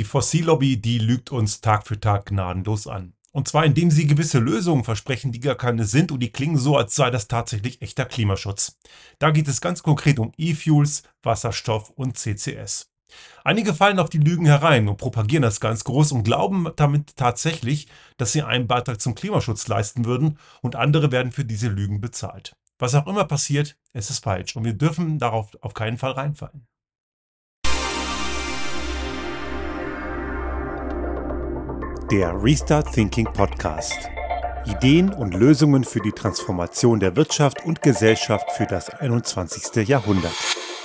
Die Fossillobby, die lügt uns Tag für Tag gnadenlos an. Und zwar indem sie gewisse Lösungen versprechen, die gar keine sind und die klingen so, als sei das tatsächlich echter Klimaschutz. Da geht es ganz konkret um E-Fuels, Wasserstoff und CCS. Einige fallen auf die Lügen herein und propagieren das ganz groß und glauben damit tatsächlich, dass sie einen Beitrag zum Klimaschutz leisten würden und andere werden für diese Lügen bezahlt. Was auch immer passiert, es ist falsch und wir dürfen darauf auf keinen Fall reinfallen. Der Restart Thinking Podcast. Ideen und Lösungen für die Transformation der Wirtschaft und Gesellschaft für das 21. Jahrhundert.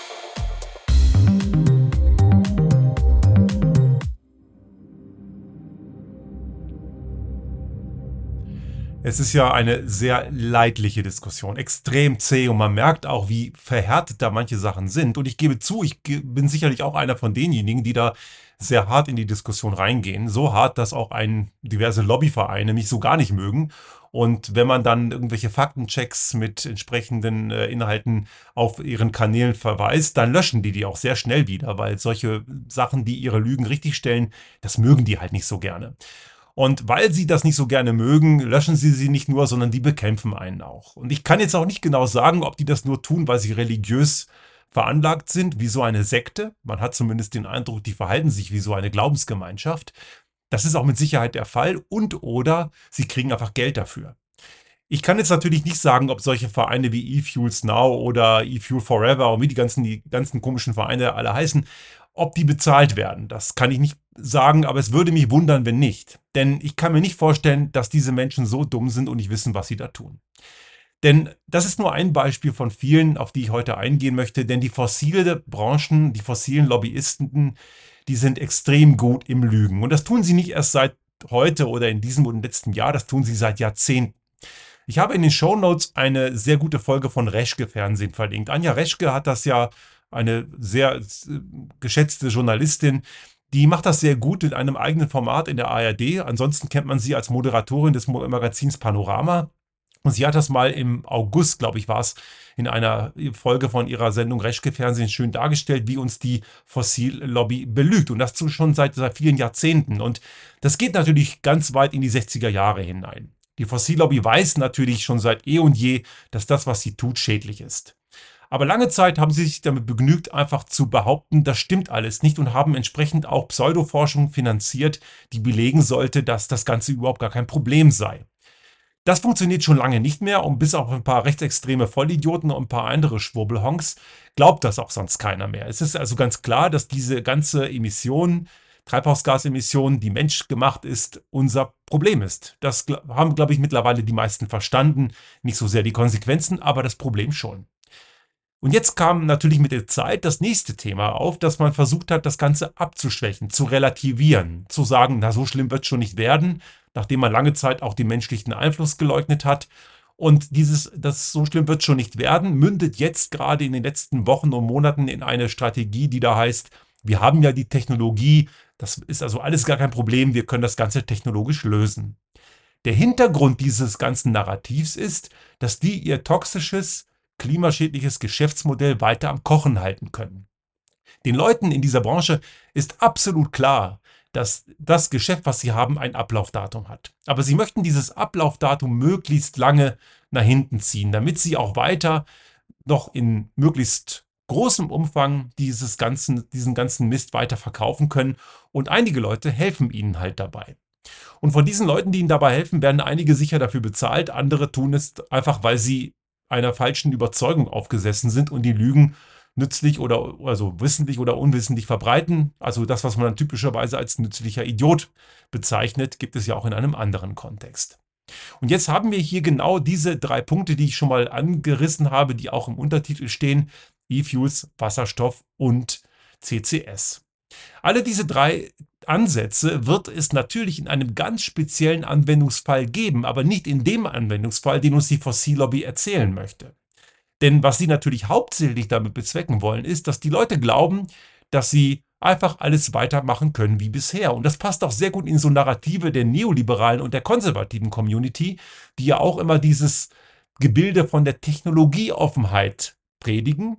Es ist ja eine sehr leidliche Diskussion, extrem zäh und man merkt auch, wie verhärtet da manche Sachen sind. Und ich gebe zu, bin sicherlich auch einer von denjenigen, die da sehr hart in die Diskussion reingehen. So hart, dass auch diverse Lobbyvereine mich so gar nicht mögen. Und wenn man dann irgendwelche Faktenchecks mit entsprechenden Inhalten auf ihren Kanälen verweist, dann löschen die auch sehr schnell wieder, weil solche Sachen, die ihre Lügen richtigstellen, das mögen die halt nicht so gerne. Und weil sie das nicht so gerne mögen, löschen sie nicht nur, sondern die bekämpfen einen auch. Und ich kann jetzt auch nicht genau sagen, ob die das nur tun, weil sie religiös veranlagt sind, wie so eine Sekte. Man hat zumindest den Eindruck, die verhalten sich wie so eine Glaubensgemeinschaft. Das ist auch mit Sicherheit der Fall. Oder sie kriegen einfach Geld dafür. Ich kann jetzt natürlich nicht sagen, ob solche Vereine wie eFuels Now oder eFuel Forever und wie die ganzen komischen Vereine alle heißen, ob die bezahlt werden. Das kann ich nicht sagen, aber es würde mich wundern, wenn nicht. Denn ich kann mir nicht vorstellen, dass diese Menschen so dumm sind und nicht wissen, was sie da tun. Denn das ist nur ein Beispiel von vielen, auf die ich heute eingehen möchte. Denn die fossile Branchen, die fossilen Lobbyisten, die sind extrem gut im Lügen. Und das tun sie nicht erst seit heute oder in diesem oder letzten Jahr, das tun sie seit Jahrzehnten. Ich habe in den Shownotes eine sehr gute Folge von Reschke Fernsehen verlinkt. Anja Reschke hat das ja, eine sehr geschätzte Journalistin, die macht das sehr gut in einem eigenen Format in der ARD. Ansonsten kennt man sie als Moderatorin des Magazins Panorama. Und sie hat das mal im August, glaube ich, war es, in einer Folge von ihrer Sendung Reschke Fernsehen schön dargestellt, wie uns die Fossillobby belügt. Und das schon seit vielen Jahrzehnten. Und das geht natürlich ganz weit in die 60er Jahre hinein. Die Fossillobby weiß natürlich schon seit eh und je, dass das, was sie tut, schädlich ist. Aber lange Zeit haben sie sich damit begnügt, einfach zu behaupten, das stimmt alles nicht und haben entsprechend auch Pseudoforschung finanziert, die belegen sollte, dass das Ganze überhaupt gar kein Problem sei. Das funktioniert schon lange nicht mehr und bis auf ein paar rechtsextreme Vollidioten und ein paar andere Schwurbelhonks glaubt das auch sonst keiner mehr. Es ist also ganz klar, dass diese ganze Treibhausgasemission, die menschgemacht ist, unser Problem ist. Das haben, glaube ich, mittlerweile die meisten verstanden. Nicht so sehr die Konsequenzen, aber das Problem schon. Und jetzt kam natürlich mit der Zeit das nächste Thema auf, dass man versucht hat, das Ganze abzuschwächen, zu relativieren, zu sagen, na, so schlimm wird es schon nicht werden, nachdem man lange Zeit auch den menschlichen Einfluss geleugnet hat. Und das so schlimm wird es schon nicht werden, mündet jetzt gerade in den letzten Wochen und Monaten in eine Strategie, die da heißt, wir haben ja die Technologie, das ist also alles gar kein Problem, wir können das Ganze technologisch lösen. Der Hintergrund dieses ganzen Narrativs ist, dass die ihr toxisches, klimaschädliches Geschäftsmodell weiter am Kochen halten können. Den Leuten in dieser Branche ist absolut klar, dass das Geschäft, was sie haben, ein Ablaufdatum hat. Aber sie möchten dieses Ablaufdatum möglichst lange nach hinten ziehen, damit sie auch weiter noch in möglichst großem Umfang diesen ganzen Mist weiter verkaufen können. Und einige Leute helfen ihnen halt dabei. Und von diesen Leuten, die ihnen dabei helfen, werden einige sicher dafür bezahlt, andere tun es einfach, weil sie einer falschen Überzeugung aufgesessen sind und die Lügen nützlich oder also wissentlich oder unwissentlich verbreiten. Also das, was man dann typischerweise als nützlicher Idiot bezeichnet, gibt es ja auch in einem anderen Kontext. Und jetzt haben wir hier genau diese 3 Punkte, die ich schon mal angerissen habe, die auch im Untertitel stehen: E-Fuels, Wasserstoff und CCS. Alle diese 3 Ansätze wird es natürlich in einem ganz speziellen Anwendungsfall geben, aber nicht in dem Anwendungsfall, den uns die Fossillobby erzählen möchte. Denn was sie natürlich hauptsächlich damit bezwecken wollen, ist, dass die Leute glauben, dass sie einfach alles weitermachen können wie bisher. Und das passt auch sehr gut in so Narrative der neoliberalen und der konservativen Community, die ja auch immer dieses Gebilde von der Technologieoffenheit predigen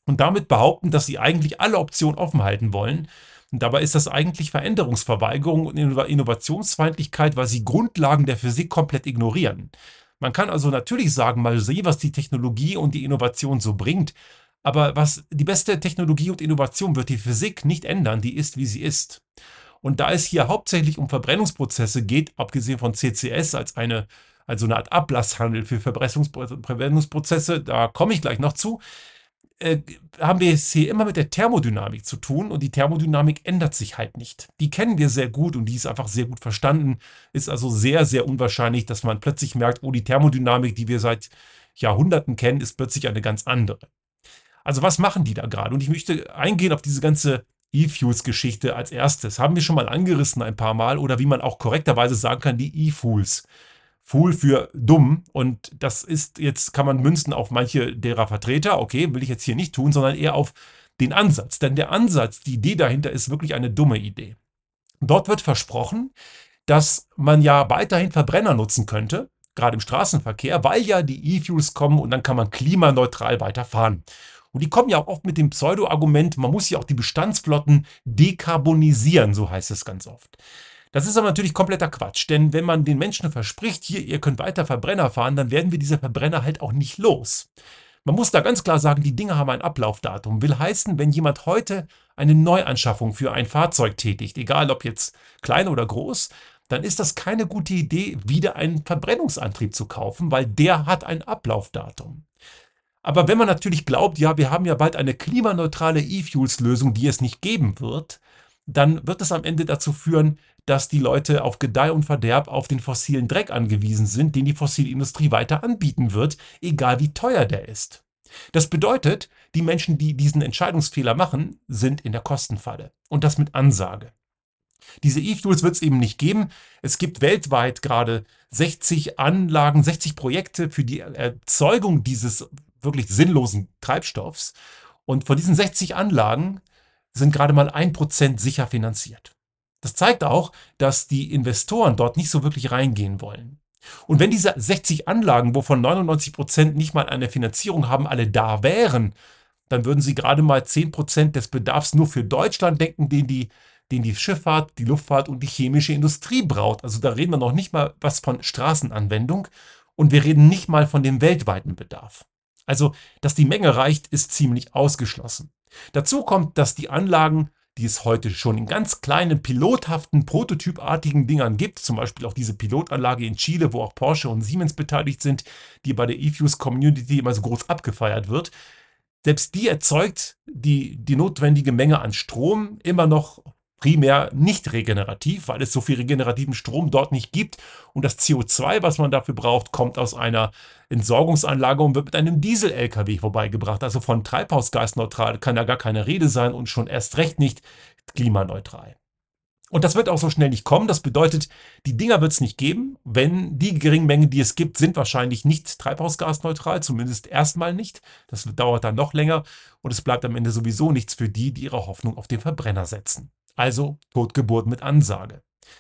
und damit behaupten, dass sie eigentlich alle Optionen offen halten wollen. Und dabei ist das eigentlich Veränderungsverweigerung und Innovationsfeindlichkeit, weil sie Grundlagen der Physik komplett ignorieren. Man kann also natürlich sagen, mal sehen, was die Technologie und die Innovation so bringt, aber was die beste Technologie und Innovation wird die Physik nicht ändern, die ist, wie sie ist. Und da es hier hauptsächlich um Verbrennungsprozesse geht, abgesehen von CCS als so eine Art Ablasshandel für Verbrennungsprozesse, da komme ich gleich noch zu, äh, haben wir es hier immer mit der Thermodynamik zu tun und die Thermodynamik ändert sich halt nicht. Die kennen wir sehr gut und die ist einfach sehr gut verstanden. Ist also sehr, sehr unwahrscheinlich, dass man plötzlich merkt, oh, die Thermodynamik, die wir seit Jahrhunderten kennen, ist plötzlich eine ganz andere. Also was machen die da gerade? Und ich möchte eingehen auf diese ganze E-Fuels-Geschichte als erstes. Haben wir schon mal angerissen ein paar Mal oder wie man auch korrekterweise sagen kann, die E-Fools. Fool für dumm und das ist jetzt, kann man münzen auf manche derer Vertreter, okay, will ich jetzt hier nicht tun, sondern eher auf den Ansatz. Denn der Ansatz, die Idee dahinter ist wirklich eine dumme Idee. Dort wird versprochen, dass man ja weiterhin Verbrenner nutzen könnte, gerade im Straßenverkehr, weil ja die E-Fuels kommen und dann kann man klimaneutral weiterfahren. Und die kommen ja auch oft mit dem Pseudo-Argument, man muss ja auch die Bestandsflotten dekarbonisieren, so heißt es ganz oft. Das ist aber natürlich kompletter Quatsch, denn wenn man den Menschen verspricht, hier, ihr könnt weiter Verbrenner fahren, dann werden wir diese Verbrenner halt auch nicht los. Man muss da ganz klar sagen, die Dinge haben ein Ablaufdatum. Will heißen, wenn jemand heute eine Neuanschaffung für ein Fahrzeug tätigt, egal ob jetzt klein oder groß, dann ist das keine gute Idee, wieder einen Verbrennungsantrieb zu kaufen, weil der hat ein Ablaufdatum. Aber wenn man natürlich glaubt, ja, wir haben ja bald eine klimaneutrale E-Fuels-Lösung, die es nicht geben wird, dann wird es am Ende dazu führen, dass die Leute auf Gedeih und Verderb auf den fossilen Dreck angewiesen sind, den die fossile Industrie weiter anbieten wird, egal wie teuer der ist. Das bedeutet, die Menschen, die diesen Entscheidungsfehler machen, sind in der Kostenfalle. Und das mit Ansage. Diese E-Fuels wird es eben nicht geben. Es gibt weltweit gerade 60 Anlagen, 60 Projekte für die Erzeugung dieses wirklich sinnlosen Treibstoffs. Und von diesen 60 Anlagen sind gerade mal 1% sicher finanziert. Das zeigt auch, dass die Investoren dort nicht so wirklich reingehen wollen. Und wenn diese 60 Anlagen, wovon 99% nicht mal eine Finanzierung haben, alle da wären, dann würden sie gerade mal 10% des Bedarfs nur für Deutschland denken, den die Schifffahrt, die Luftfahrt und die chemische Industrie braucht. Also da reden wir noch nicht mal was von Straßenanwendung und wir reden nicht mal von dem weltweiten Bedarf. Also, dass die Menge reicht, ist ziemlich ausgeschlossen. Dazu kommt, dass die Anlagen, die es heute schon in ganz kleinen, pilothaften, prototypartigen Dingern gibt, zum Beispiel auch diese Pilotanlage in Chile, wo auch Porsche und Siemens beteiligt sind, die bei der E-Fuse-Community immer so groß abgefeiert wird, selbst die erzeugt die notwendige Menge an Strom immer noch primär nicht regenerativ, weil es so viel regenerativen Strom dort nicht gibt. Und das CO2, was man dafür braucht, kommt aus einer Entsorgungsanlage und wird mit einem Diesel-LKW vorbeigebracht. Also von treibhausgasneutral kann da gar keine Rede sein und schon erst recht nicht klimaneutral. Und das wird auch so schnell nicht kommen. Das bedeutet, die Dinger wird es nicht geben. Wenn die geringen Mengen, die es gibt, sind wahrscheinlich nicht treibhausgasneutral, zumindest erstmal nicht. Das dauert dann noch länger und es bleibt am Ende sowieso nichts für die, die ihre Hoffnung auf den Verbrenner setzen. Also Totgeburt mit Ansage.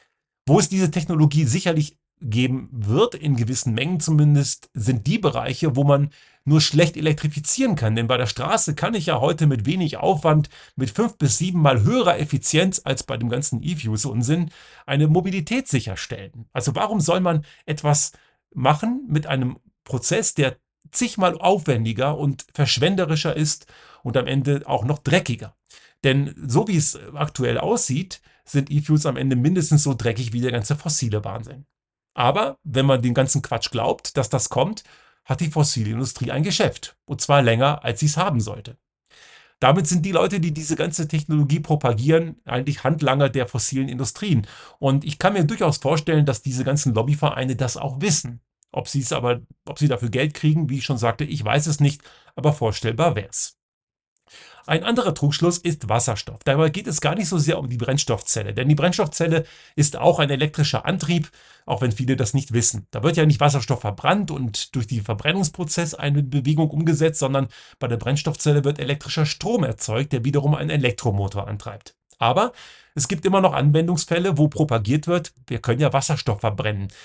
Wo es diese Technologie sicherlich geben wird, in gewissen Mengen zumindest, sind die Bereiche, wo man nur schlecht elektrifizieren kann. Denn bei der Straße kann ich ja heute mit wenig Aufwand, mit 5 bis 7 Mal höherer Effizienz als bei dem ganzen E-Fuels-Unsinn, eine Mobilität sicherstellen. Also warum soll man etwas machen mit einem Prozess, der zigmal aufwendiger und verschwenderischer ist und am Ende auch noch dreckiger? Denn so wie es aktuell aussieht, sind E-Fuels am Ende mindestens so dreckig wie der ganze fossile Wahnsinn. Aber wenn man den ganzen Quatsch glaubt, dass das kommt, hat die fossile Industrie ein Geschäft. Und zwar länger, als sie es haben sollte. Damit sind die Leute, die diese ganze Technologie propagieren, eigentlich Handlanger der fossilen Industrien. Und ich kann mir durchaus vorstellen, dass diese ganzen Lobbyvereine das auch wissen. Ob sie dafür Geld kriegen, wie ich schon sagte, ich weiß es nicht, aber vorstellbar wäre es. Ein anderer Trugschluss ist Wasserstoff. Dabei geht es gar nicht so sehr um die Brennstoffzelle, denn die Brennstoffzelle ist auch ein elektrischer Antrieb, auch wenn viele das nicht wissen. Da wird ja nicht Wasserstoff verbrannt und durch den Verbrennungsprozess eine Bewegung umgesetzt, sondern bei der Brennstoffzelle wird elektrischer Strom erzeugt, der wiederum einen Elektromotor antreibt. Aber es gibt immer noch Anwendungsfälle, wo propagiert wird, wir können ja Wasserstoff verbrennen.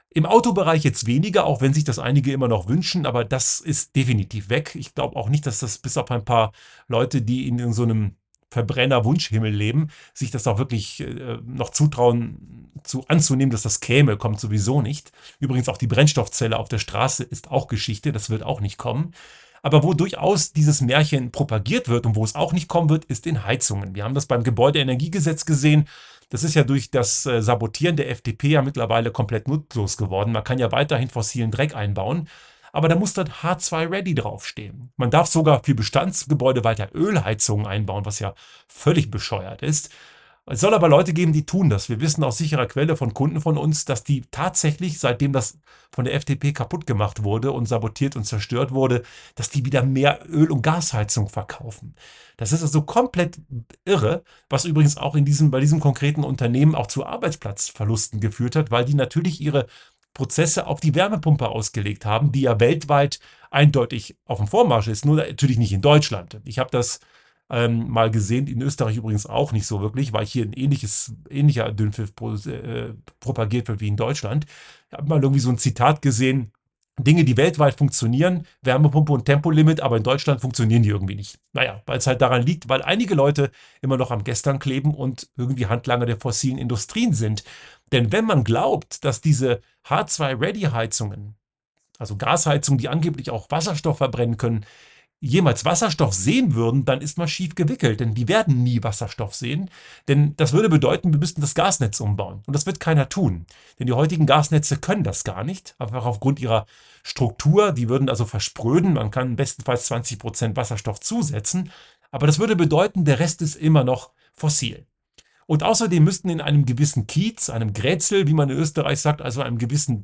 Im Autobereich jetzt weniger, auch wenn sich das einige immer noch wünschen, aber das ist definitiv weg. Ich glaube auch nicht, dass das bis auf ein paar Leute, die in so einem Verbrenner-Wunschhimmel leben, sich das auch wirklich noch zutrauen, anzunehmen, dass das käme, kommt sowieso nicht. Übrigens auch die Brennstoffzelle auf der Straße ist auch Geschichte, das wird auch nicht kommen. Aber wo durchaus dieses Märchen propagiert wird und wo es auch nicht kommen wird, ist in Heizungen. Wir haben das beim Gebäudeenergiegesetz gesehen. Das ist ja durch das Sabotieren der FDP ja mittlerweile komplett nutzlos geworden. Man kann ja weiterhin fossilen Dreck einbauen, aber da muss dann H2-Ready draufstehen. Man darf sogar für Bestandsgebäude weiter Ölheizungen einbauen, was ja völlig bescheuert ist. Es soll aber Leute geben, die tun das. Wir wissen aus sicherer Quelle von Kunden von uns, dass die tatsächlich, seitdem das von der FDP kaputt gemacht wurde und sabotiert und zerstört wurde, dass die wieder mehr Öl- und Gasheizung verkaufen. Das ist also komplett irre, was übrigens auch bei diesem konkreten Unternehmen auch zu Arbeitsplatzverlusten geführt hat, weil die natürlich ihre Prozesse auf die Wärmepumpe ausgelegt haben, die ja weltweit eindeutig auf dem Vormarsch ist, nur natürlich nicht in Deutschland. Ich habe das mal gesehen, in Österreich übrigens auch nicht so wirklich, weil hier ein ähnlicher Dünnpfiff propagiert wird wie in Deutschland. Ich habe mal irgendwie so ein Zitat gesehen: Dinge, die weltweit funktionieren, Wärmepumpe und Tempolimit, aber in Deutschland funktionieren die irgendwie nicht. Naja, weil es halt daran liegt, weil einige Leute immer noch am Gestern kleben und irgendwie Handlanger der fossilen Industrien sind. Denn wenn man glaubt, dass diese H2-Ready-Heizungen, also Gasheizungen, die angeblich auch Wasserstoff verbrennen können, jemals Wasserstoff sehen würden, dann ist man schief gewickelt, denn die werden nie Wasserstoff sehen, denn das würde bedeuten, wir müssten das Gasnetz umbauen und das wird keiner tun, denn die heutigen Gasnetze können das gar nicht, einfach aufgrund ihrer Struktur, die würden also verspröden, man kann bestenfalls 20% Wasserstoff zusetzen, aber das würde bedeuten, der Rest ist immer noch fossil. Und außerdem müssten in einem gewissen Kiez, einem Grätzl, wie man in Österreich sagt, also einer gewissen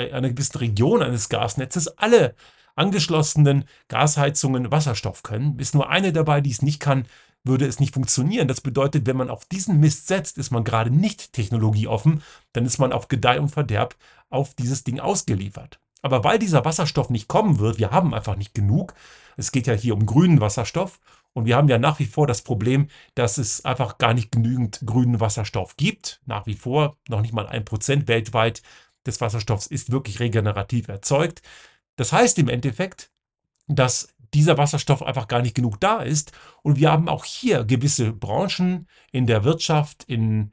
Region eines Gasnetzes, alle angeschlossenen Gasheizungen Wasserstoff können. Ist nur eine dabei, die es nicht kann, würde es nicht funktionieren. Das bedeutet, wenn man auf diesen Mist setzt, ist man gerade nicht technologieoffen, dann ist man auf Gedeih und Verderb auf dieses Ding ausgeliefert. Aber weil dieser Wasserstoff nicht kommen wird, wir haben einfach nicht genug, es geht ja hier um grünen Wasserstoff, und wir haben ja nach wie vor das Problem, dass es einfach gar nicht genügend grünen Wasserstoff gibt. Nach wie vor noch nicht mal 1% weltweit des Wasserstoffs ist wirklich regenerativ erzeugt. Das heißt im Endeffekt, dass dieser Wasserstoff einfach gar nicht genug da ist. Und wir haben auch hier gewisse Branchen in der Wirtschaft, in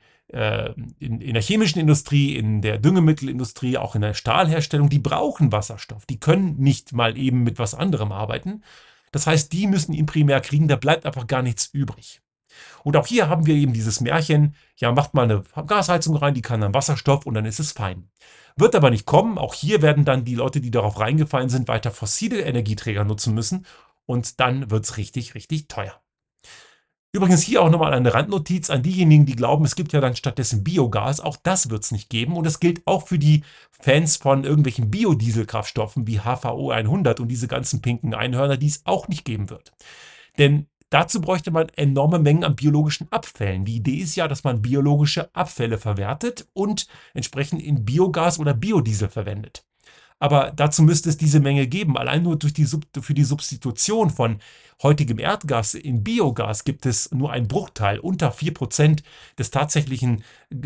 der chemischen Industrie, in der Düngemittelindustrie, auch in der Stahlherstellung, die brauchen Wasserstoff. Die können nicht mal eben mit was anderem arbeiten. Das heißt, die müssen ihn primär kriegen, da bleibt einfach gar nichts übrig. Und auch hier haben wir eben dieses Märchen, ja, macht mal eine Gasheizung rein, die kann dann Wasserstoff und dann ist es fein. Wird aber nicht kommen, auch hier werden dann die Leute, die darauf reingefallen sind, weiter fossile Energieträger nutzen müssen und dann wird es richtig, richtig teuer. Übrigens hier auch nochmal eine Randnotiz an diejenigen, die glauben, es gibt ja dann stattdessen Biogas. Auch das wird es nicht geben. Und das gilt auch für die Fans von irgendwelchen Biodieselkraftstoffen wie HVO 100 und diese ganzen pinken Einhörner, die es auch nicht geben wird. Denn dazu bräuchte man enorme Mengen an biologischen Abfällen. Die Idee ist ja, dass man biologische Abfälle verwertet und entsprechend in Biogas oder Biodiesel verwendet. Aber dazu müsste es diese Menge geben. Allein nur für die Substitution von heutigem Erdgas in Biogas gibt es nur einen Bruchteil. Unter 4% des tatsächlichen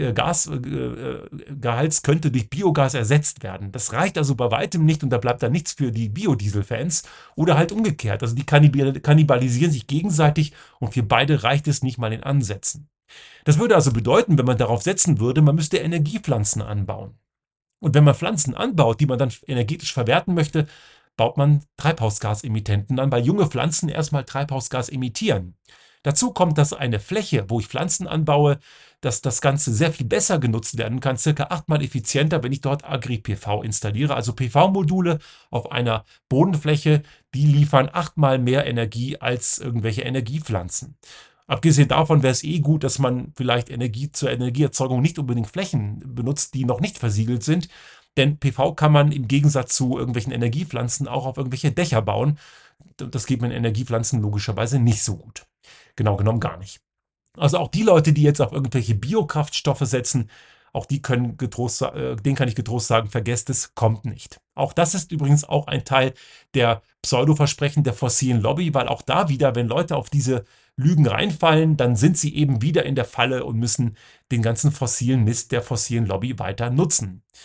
Gasgehalts könnte durch Biogas ersetzt werden. Das reicht also bei weitem nicht und da bleibt dann nichts für die Biodiesel-Fans. Oder halt umgekehrt. Also die kannibalisieren sich gegenseitig und für beide reicht es nicht mal in Ansätzen. Das würde also bedeuten, wenn man darauf setzen würde, man müsste Energiepflanzen anbauen. Und wenn man Pflanzen anbaut, die man dann energetisch verwerten möchte, baut man Treibhausgasemittenten an, weil junge Pflanzen erstmal Treibhausgas emittieren. Dazu kommt, dass eine Fläche, wo ich Pflanzen anbaue, dass das Ganze sehr viel besser genutzt werden kann, circa 8-mal effizienter, wenn ich dort Agri-PV installiere. Also PV-Module auf einer Bodenfläche, die liefern 8-mal mehr Energie als irgendwelche Energiepflanzen. Abgesehen davon wäre es gut, dass man vielleicht zur Energieerzeugung nicht unbedingt Flächen benutzt, die noch nicht versiegelt sind. Denn PV kann man im Gegensatz zu irgendwelchen Energiepflanzen auch auf irgendwelche Dächer bauen. Das geht mit Energiepflanzen logischerweise nicht so gut. Genau genommen gar nicht. Also auch die Leute, die jetzt auf irgendwelche Biokraftstoffe setzen, auch denen kann ich getrost sagen, vergesst es, kommt nicht. Auch das ist übrigens auch ein Teil der Pseudoversprechen der fossilen Lobby, weil auch da wieder, wenn Leute auf diese Lügen reinfallen, dann sind sie eben wieder in der Falle und müssen den ganzen fossilen Mist der fossilen Lobby weiter nutzen.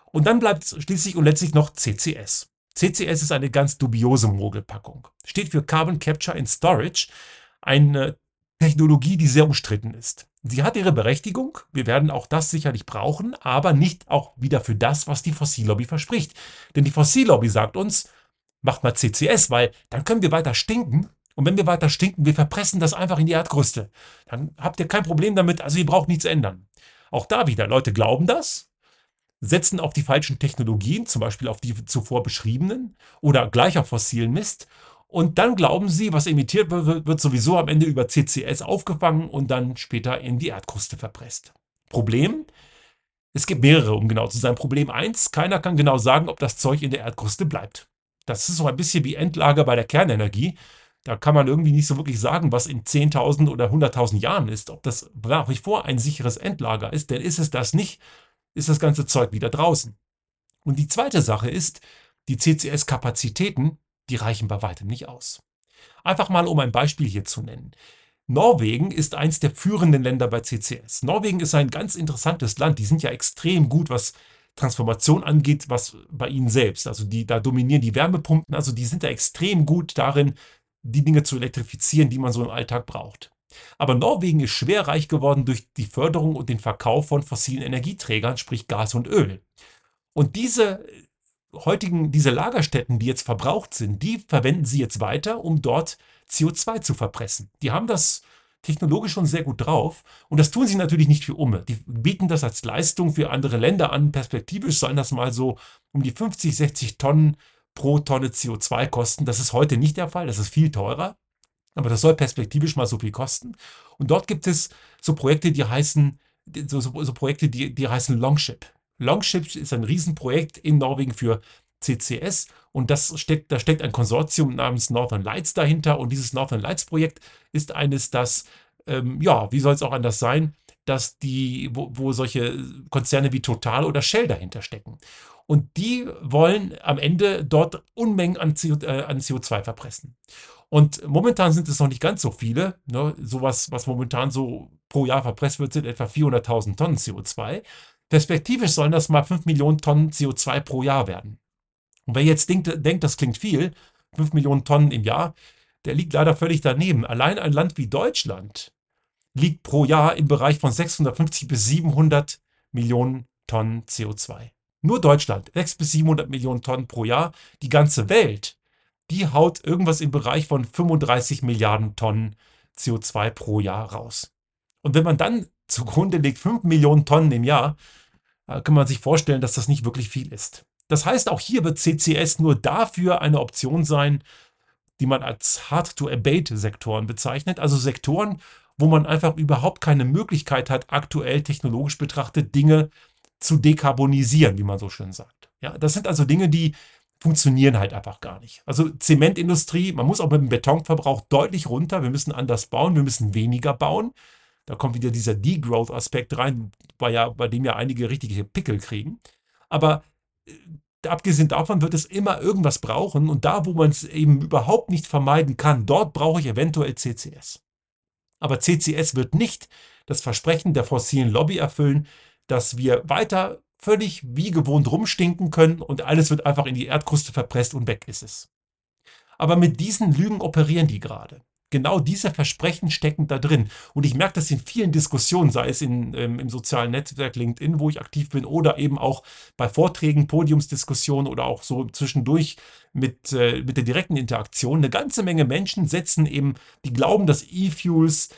Und dann bleibt schließlich und letztlich noch CCS. CCS ist eine ganz dubiose Mogelpackung. Steht für Carbon Capture and Storage, eine Technologie, die sehr umstritten ist. Sie hat ihre Berechtigung, wir werden auch das sicherlich brauchen, aber nicht auch wieder für das, was die Fossillobby verspricht. Denn die Fossillobby sagt uns, macht mal CCS, weil dann können wir weiter stinken. Und wenn wir weiter stinken, wir verpressen das einfach in die Erdkruste. Dann habt ihr kein Problem damit, also ihr braucht nichts ändern. Auch da wieder, Leute glauben das, setzen auf die falschen Technologien, zum Beispiel auf die zuvor beschriebenen oder gleich auf fossilen Mist. Und dann glauben sie, was emittiert wird, wird sowieso am Ende über CCS aufgefangen und dann später in die Erdkruste verpresst. Problem? Es gibt mehrere, um genau zu sein. Problem 1, keiner kann genau sagen, ob das Zeug in der Erdkruste bleibt. Das ist so ein bisschen wie Endlager bei der Kernenergie. Da kann man irgendwie nicht so wirklich sagen, was in 10.000 oder 100.000 Jahren ist. Ob das nach wie vor ein sicheres Endlager ist, denn ist es das nicht, ist das ganze Zeug wieder draußen. Und die zweite Sache ist, die CCS-Kapazitäten, die reichen bei weitem nicht aus. Einfach mal, um ein Beispiel hier zu nennen. Norwegen ist eins der führenden Länder bei CCS. Norwegen ist ein ganz interessantes Land. Die sind ja extrem gut, was Transformation angeht, was bei ihnen selbst. Also da dominieren die Wärmepumpen. Also die sind da extrem gut darin, die Dinge zu elektrifizieren, die man so im Alltag braucht. Aber Norwegen ist schwer reich geworden durch die Förderung und den Verkauf von fossilen Energieträgern, sprich Gas und Öl. Und diese Lagerstätten, die jetzt verbraucht sind, die verwenden sie jetzt weiter, um dort CO2 zu verpressen. Die haben das technologisch schon sehr gut drauf und das tun sie natürlich nicht für Umme. Die bieten das als Leistung für andere Länder an. Perspektivisch sollen das mal so um die 50, 60 Tonnen pro Tonne CO2 kosten. Das ist heute nicht der Fall, das ist viel teurer, aber das soll perspektivisch mal so viel kosten. Und dort gibt es so Projekte, die heißen, die heißen Longship. Longship ist ein Riesenprojekt in Norwegen für CCS und da steckt ein Konsortium namens Northern Lights dahinter und dieses Northern Lights Projekt ist eines, das, ja, wie soll es auch anders sein, wo solche Konzerne wie Total oder Shell dahinter stecken. Und die wollen am Ende dort Unmengen an CO2 verpressen. Und momentan sind es noch nicht ganz so viele. Ne? Sowas, was momentan so pro Jahr verpresst wird, sind etwa 400.000 Tonnen CO2. Perspektivisch sollen das mal 5 Millionen Tonnen CO2 pro Jahr werden. Und wer jetzt denkt, das klingt viel, 5 Millionen Tonnen im Jahr, der liegt leider völlig daneben. Allein ein Land wie Deutschland liegt pro Jahr im Bereich von 650 bis 700 Millionen Tonnen CO2. Nur Deutschland, 600 bis 700 Millionen Tonnen pro Jahr. Die ganze Welt, die haut irgendwas im Bereich von 35 Milliarden Tonnen CO2 pro Jahr raus. Und wenn man dann zugrunde legt 5 Millionen Tonnen im Jahr, kann man sich vorstellen, dass das nicht wirklich viel ist. Das heißt, auch hier wird CCS nur dafür eine Option sein, die man als Hard-to-Abate-Sektoren bezeichnet, also Sektoren, wo man einfach überhaupt keine Möglichkeit hat, aktuell technologisch betrachtet Dinge zu dekarbonisieren, wie man so schön sagt. Ja, das sind also Dinge, die funktionieren halt einfach gar nicht. Also Zementindustrie, man muss auch mit dem Betonverbrauch deutlich runter, wir müssen anders bauen, wir müssen weniger bauen. Da kommt wieder dieser Degrowth-Aspekt rein, bei dem ja einige richtige Pickel kriegen. Aber abgesehen davon wird es immer irgendwas brauchen und da, wo man es eben überhaupt nicht vermeiden kann, dort brauche ich eventuell CCS. Aber CCS wird nicht das Versprechen der fossilen Lobby erfüllen, dass wir weiter völlig wie gewohnt rumstinken können und alles wird einfach in die Erdkruste verpresst und weg ist es. Aber mit diesen Lügen operieren die gerade. Genau diese Versprechen stecken da drin. Und ich merke das in vielen Diskussionen, sei es im sozialen Netzwerk LinkedIn, wo ich aktiv bin, oder eben auch bei Vorträgen, Podiumsdiskussionen oder auch so zwischendurch mit der direkten Interaktion. Eine ganze Menge Menschen die glauben, dass E-Fuels,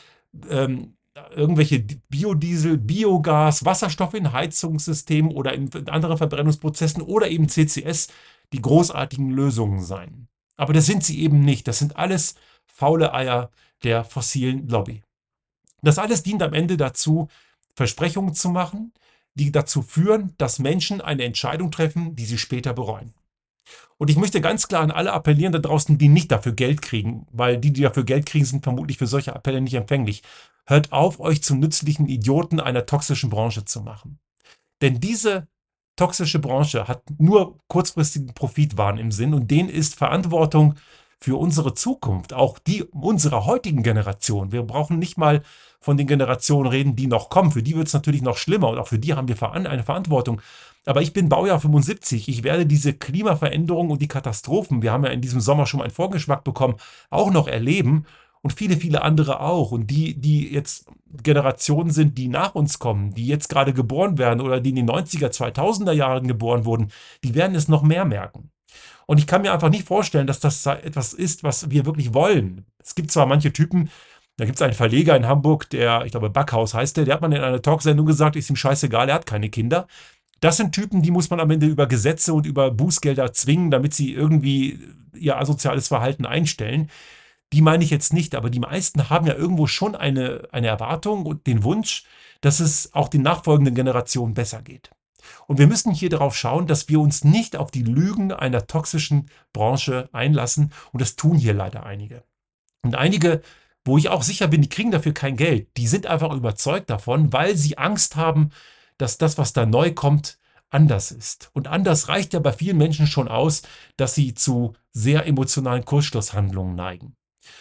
irgendwelche Biodiesel, Biogas, Wasserstoff in Heizungssystemen oder in anderen Verbrennungsprozessen oder eben CCS die großartigen Lösungen seien. Aber das sind sie eben nicht. Das sind alles faule Eier der fossilen Lobby. Das alles dient am Ende dazu, Versprechungen zu machen, die dazu führen, dass Menschen eine Entscheidung treffen, die sie später bereuen. Und ich möchte ganz klar an alle appellieren da draußen, die nicht dafür Geld kriegen, weil die dafür Geld kriegen, sind vermutlich für solche Appelle nicht empfänglich. Hört auf, euch zu nützlichen Idioten einer toxischen Branche zu machen. Denn diese toxische Branche hat nur kurzfristigen Profitwahn im Sinn und denen ist Verantwortung für unsere Zukunft, auch die unserer heutigen Generation. Wir brauchen nicht mal von den Generationen reden, die noch kommen. Für die wird es natürlich noch schlimmer und auch für die haben wir eine Verantwortung. Aber ich bin Baujahr 75. Ich werde diese Klimaveränderung und die Katastrophen, wir haben ja in diesem Sommer schon mal einen Vorgeschmack bekommen, auch noch erleben und viele, viele andere auch. Und die jetzt Generationen sind, die nach uns kommen, die jetzt gerade geboren werden oder die in den 90er, 2000er Jahren geboren wurden, die werden es noch mehr merken. Und ich kann mir einfach nicht vorstellen, dass das etwas ist, was wir wirklich wollen. Es gibt zwar manche Typen, da gibt es einen Verleger in Hamburg, ich glaube Backhaus heißt der hat man in einer Talksendung gesagt, ist ihm scheißegal, er hat keine Kinder. Das sind Typen, die muss man am Ende über Gesetze und über Bußgelder zwingen, damit sie irgendwie ihr asoziales Verhalten einstellen. Die meine ich jetzt nicht, aber die meisten haben ja irgendwo schon eine Erwartung und den Wunsch, dass es auch den nachfolgenden Generationen besser geht. Und wir müssen hier darauf schauen, dass wir uns nicht auf die Lügen einer toxischen Branche einlassen. Und das tun hier leider einige. Und einige, wo ich auch sicher bin, die kriegen dafür kein Geld. Die sind einfach überzeugt davon, weil sie Angst haben, dass das, was da neu kommt, anders ist. Und anders reicht ja bei vielen Menschen schon aus, dass sie zu sehr emotionalen Kurzschlusshandlungen neigen.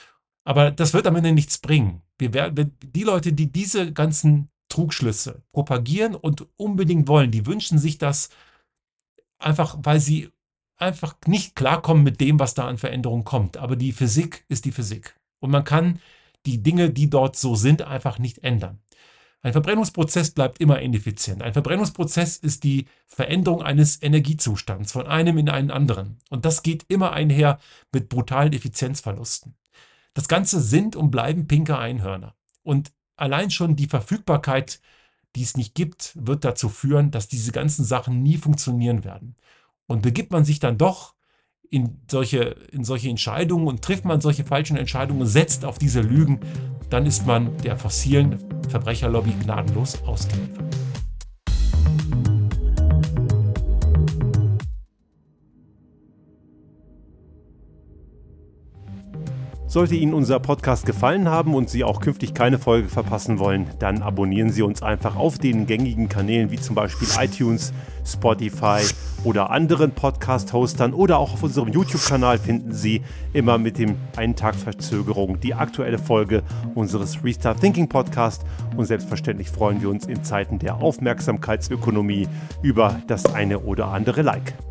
Aber das wird am Ende nichts bringen. Die Leute, die diese ganzen Trugschlüsse propagieren und unbedingt wollen, die wünschen sich das einfach, weil sie einfach nicht klarkommen mit dem, was da an Veränderungen kommt. Aber die Physik ist die Physik. Und man kann die Dinge, die dort so sind, einfach nicht ändern. Ein Verbrennungsprozess bleibt immer ineffizient. Ein Verbrennungsprozess ist die Veränderung eines Energiezustands von einem in einen anderen. Und das geht immer einher mit brutalen Effizienzverlusten. Das Ganze sind und bleiben pinke Einhörner. Und allein schon die Verfügbarkeit, die es nicht gibt, wird dazu führen, dass diese ganzen Sachen nie funktionieren werden. Und begibt man sich dann doch in solche Entscheidungen und trifft man solche falschen Entscheidungen und setzt auf diese Lügen, dann ist man der fossilen Verbrecherlobby gnadenlos ausgeliefert. Sollte Ihnen unser Podcast gefallen haben und Sie auch künftig keine Folge verpassen wollen, dann abonnieren Sie uns einfach auf den gängigen Kanälen wie zum Beispiel iTunes, Spotify oder anderen Podcast-Hostern oder auch auf unserem YouTube-Kanal finden Sie immer mit dem einen Tag Verzögerung die aktuelle Folge unseres Restart Thinking Podcast und selbstverständlich freuen wir uns in Zeiten der Aufmerksamkeitsökonomie über das eine oder andere Like.